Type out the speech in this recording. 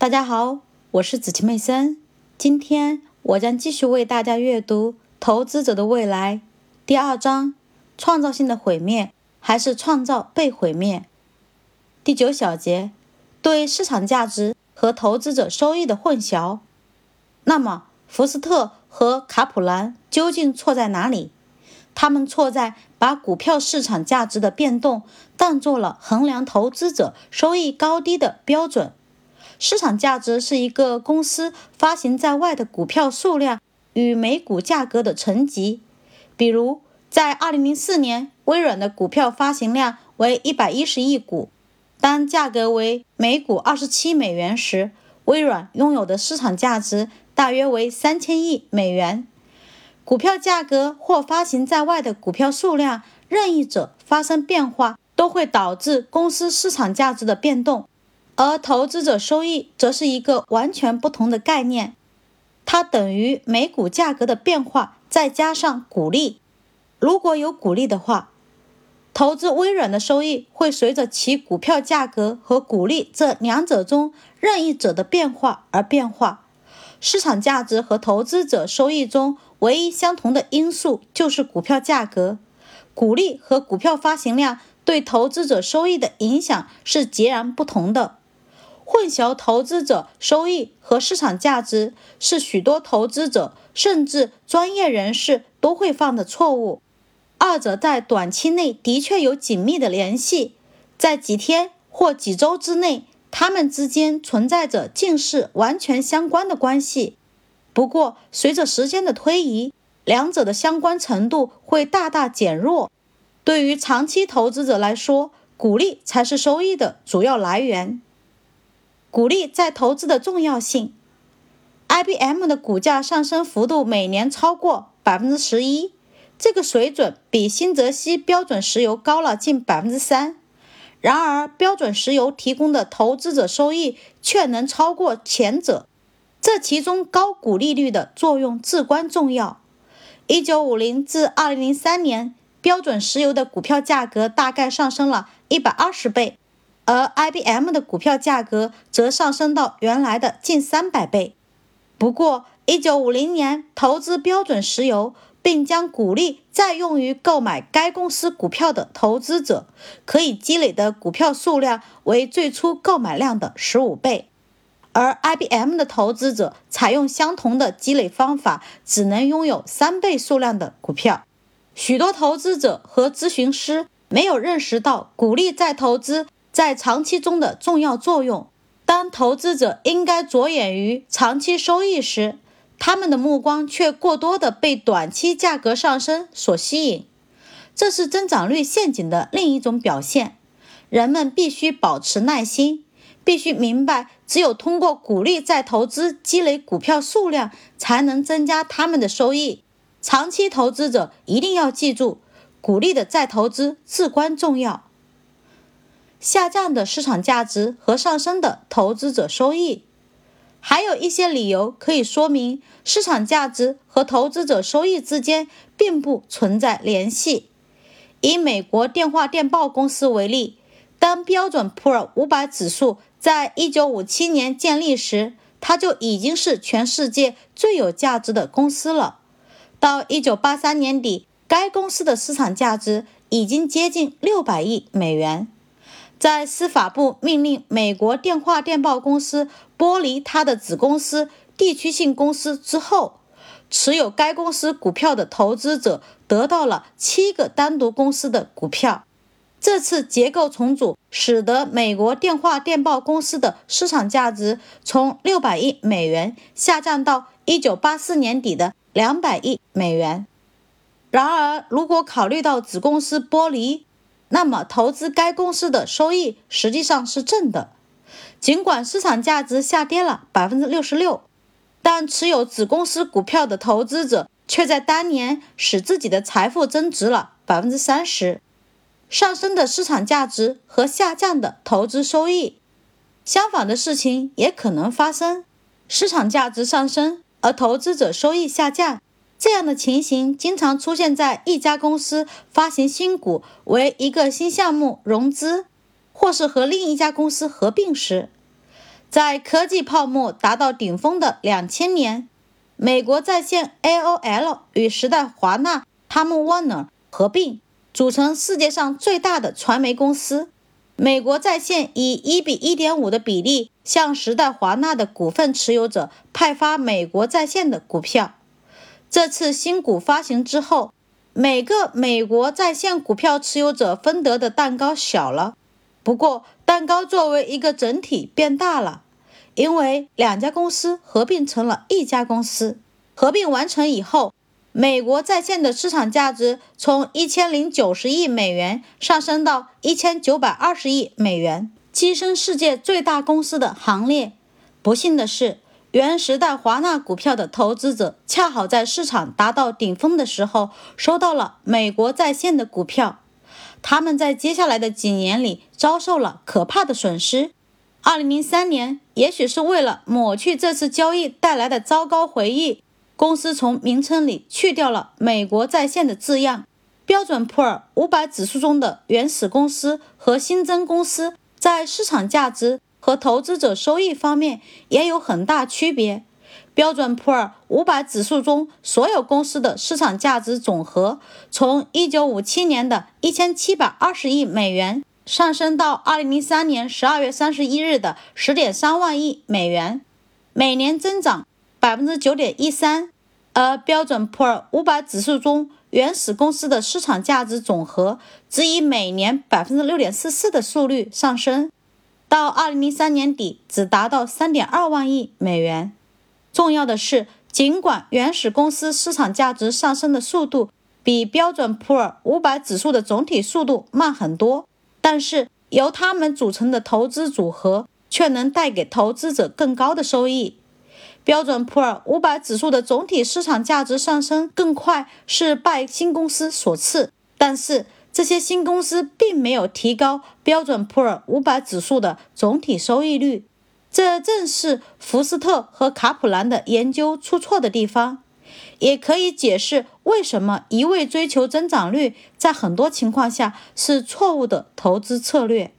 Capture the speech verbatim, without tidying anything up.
大家好，我是子琪妹森。今天我将继续为大家阅读《投资者的未来》第二章：创造性的毁灭还是创造被毁灭？第九小节：对市场价值和投资者收益的混淆。那么，福斯特和卡普兰究竟错在哪里？他们错在把股票市场价值的变动当作了衡量投资者收益高低的标准。市场价值是一个公司发行在外的股票数量与每股价格的乘积。比如，在二零零四年，微软的股票发行量为一百一十亿股，当价格为每股二十七美元时，微软拥有的市场价值大约为三千亿美元。股票价格或发行在外的股票数量任意者发生变化，都会导致公司市场价值的变动。而投资者收益则是一个完全不同的概念，它等于每股价格的变化再加上股利。如果有股利的话，投资微软的收益会随着其股票价格和股利这两者中任意者的变化而变化。市场价值和投资者收益中唯一相同的因素就是股票价格，股利和股票发行量对投资者收益的影响是截然不同的。混淆投资者收益和市场价值是许多投资者甚至专业人士都会犯的错误。二者在短期内的确有紧密的联系，在几天或几周之内，它们之间存在着近似完全相关的关系。不过，随着时间的推移，两者的相关程度会大大减弱。对于长期投资者来说，股利才是收益的主要来源。股利在投资的重要性。 I B M 的股价上升幅度每年超过 百分之十一， 这个水准比新泽西标准石油高了近 百分之三。 然而标准石油提供的投资者收益却能超过前者，这其中高股利率的作用至关重要。一九五零至二零零三年，标准石油的股票价格大概上升了一百二十倍，而 I B M 的股票价格则上升到原来的近三百倍。不过一九五零年投资标准石油并将股利再用于购买该公司股票的投资者，可以积累的股票数量为最初购买量的十五倍，而 I B M 的投资者采用相同的积累方法，只能拥有三倍数量的股票。许多投资者和咨询师没有认识到股利在投资在长期中的重要作用。当投资者应该着眼于长期收益时，他们的目光却过多地被短期价格上升所吸引。这是增长率陷阱的另一种表现。人们必须保持耐心，必须明白只有通过股利再投资积累股票数量，才能增加他们的收益。长期投资者一定要记住，股利的再投资至关重要。下降的市场价值和上升的投资者收益。还有一些理由可以说明市场价值和投资者收益之间并不存在联系。以美国电话电报公司为例，当标准普尔五百指数在一九五七年建立时，它就已经是全世界最有价值的公司了。到一九八三年底，该公司的市场价值已经接近六百亿美元。在司法部命令美国电话电报公司剥离它的子公司地区性公司之后，持有该公司股票的投资者得到了七个单独公司的股票。这次结构重组使得美国电话电报公司的市场价值从六百亿美元下降到一九八四年底的两百亿美元。然而，如果考虑到子公司剥离，那么投资该公司的收益实际上是正的。尽管市场价值下跌了 百分之六十六， 但持有子公司股票的投资者却在当年使自己的财富增值了 百分之三十。 上升的市场价值和下降的投资收益。相反的事情也可能发生，市场价值上升而投资者收益下降。这样的情形经常出现在一家公司发行新股为一个新项目融资，或是和另一家公司合并时。 在科技泡沫达到顶峰的两千年，美国在线 A O L 与时代华纳 Time Warner 合并，组成世界上最大的传媒公司。美国在线以一比一点五的比例向时代华纳的股份持有者派发美国在线的股票。这次新股发行之后，每个美国在线股票持有者分得的蛋糕小了，不过蛋糕作为一个整体变大了，因为两家公司合并成了一家公司。合并完成以后，美国在线的市场价值从一千零九十亿美元上升到一千九百二十亿美元，跻身世界最大公司的行列。不幸的是，原时代华纳股票的投资者恰好在市场达到顶峰的时候收到了美国在线的股票，他们在接下来的几年里遭受了可怕的损失。二零零三年，也许是为了抹去这次交易带来的糟糕回忆，公司从名称里去掉了美国在线的字样。标准普尔五百指数中的原始公司和新增公司在市场价值和投资者收益方面也有很大区别。标准普尔五百指数中所有公司的市场价值总和从一九五七年的一千七百二十亿美元上升到二零零三年十二月三十一日的 十点三万亿美元，每年增长 百分之九点一三， 而标准普尔五百指数中原始公司的市场价值总和只以每年 百分之六点四四 的速率上升，到二零零三年底只达到 三点二万亿美元。重要的是，尽管原始公司市场价值上升的速度比标准普尔五百指数的总体速度慢很多，但是由它们组成的投资组合却能带给投资者更高的收益。标准普尔五百指数的总体市场价值上升更快是拜新公司所赐，但是这些新公司并没有提高标准普尔五百指数的总体收益率。这正是福斯特和卡普兰的研究出错的地方，也可以解释为什么一味追求增长率在很多情况下是错误的投资策略。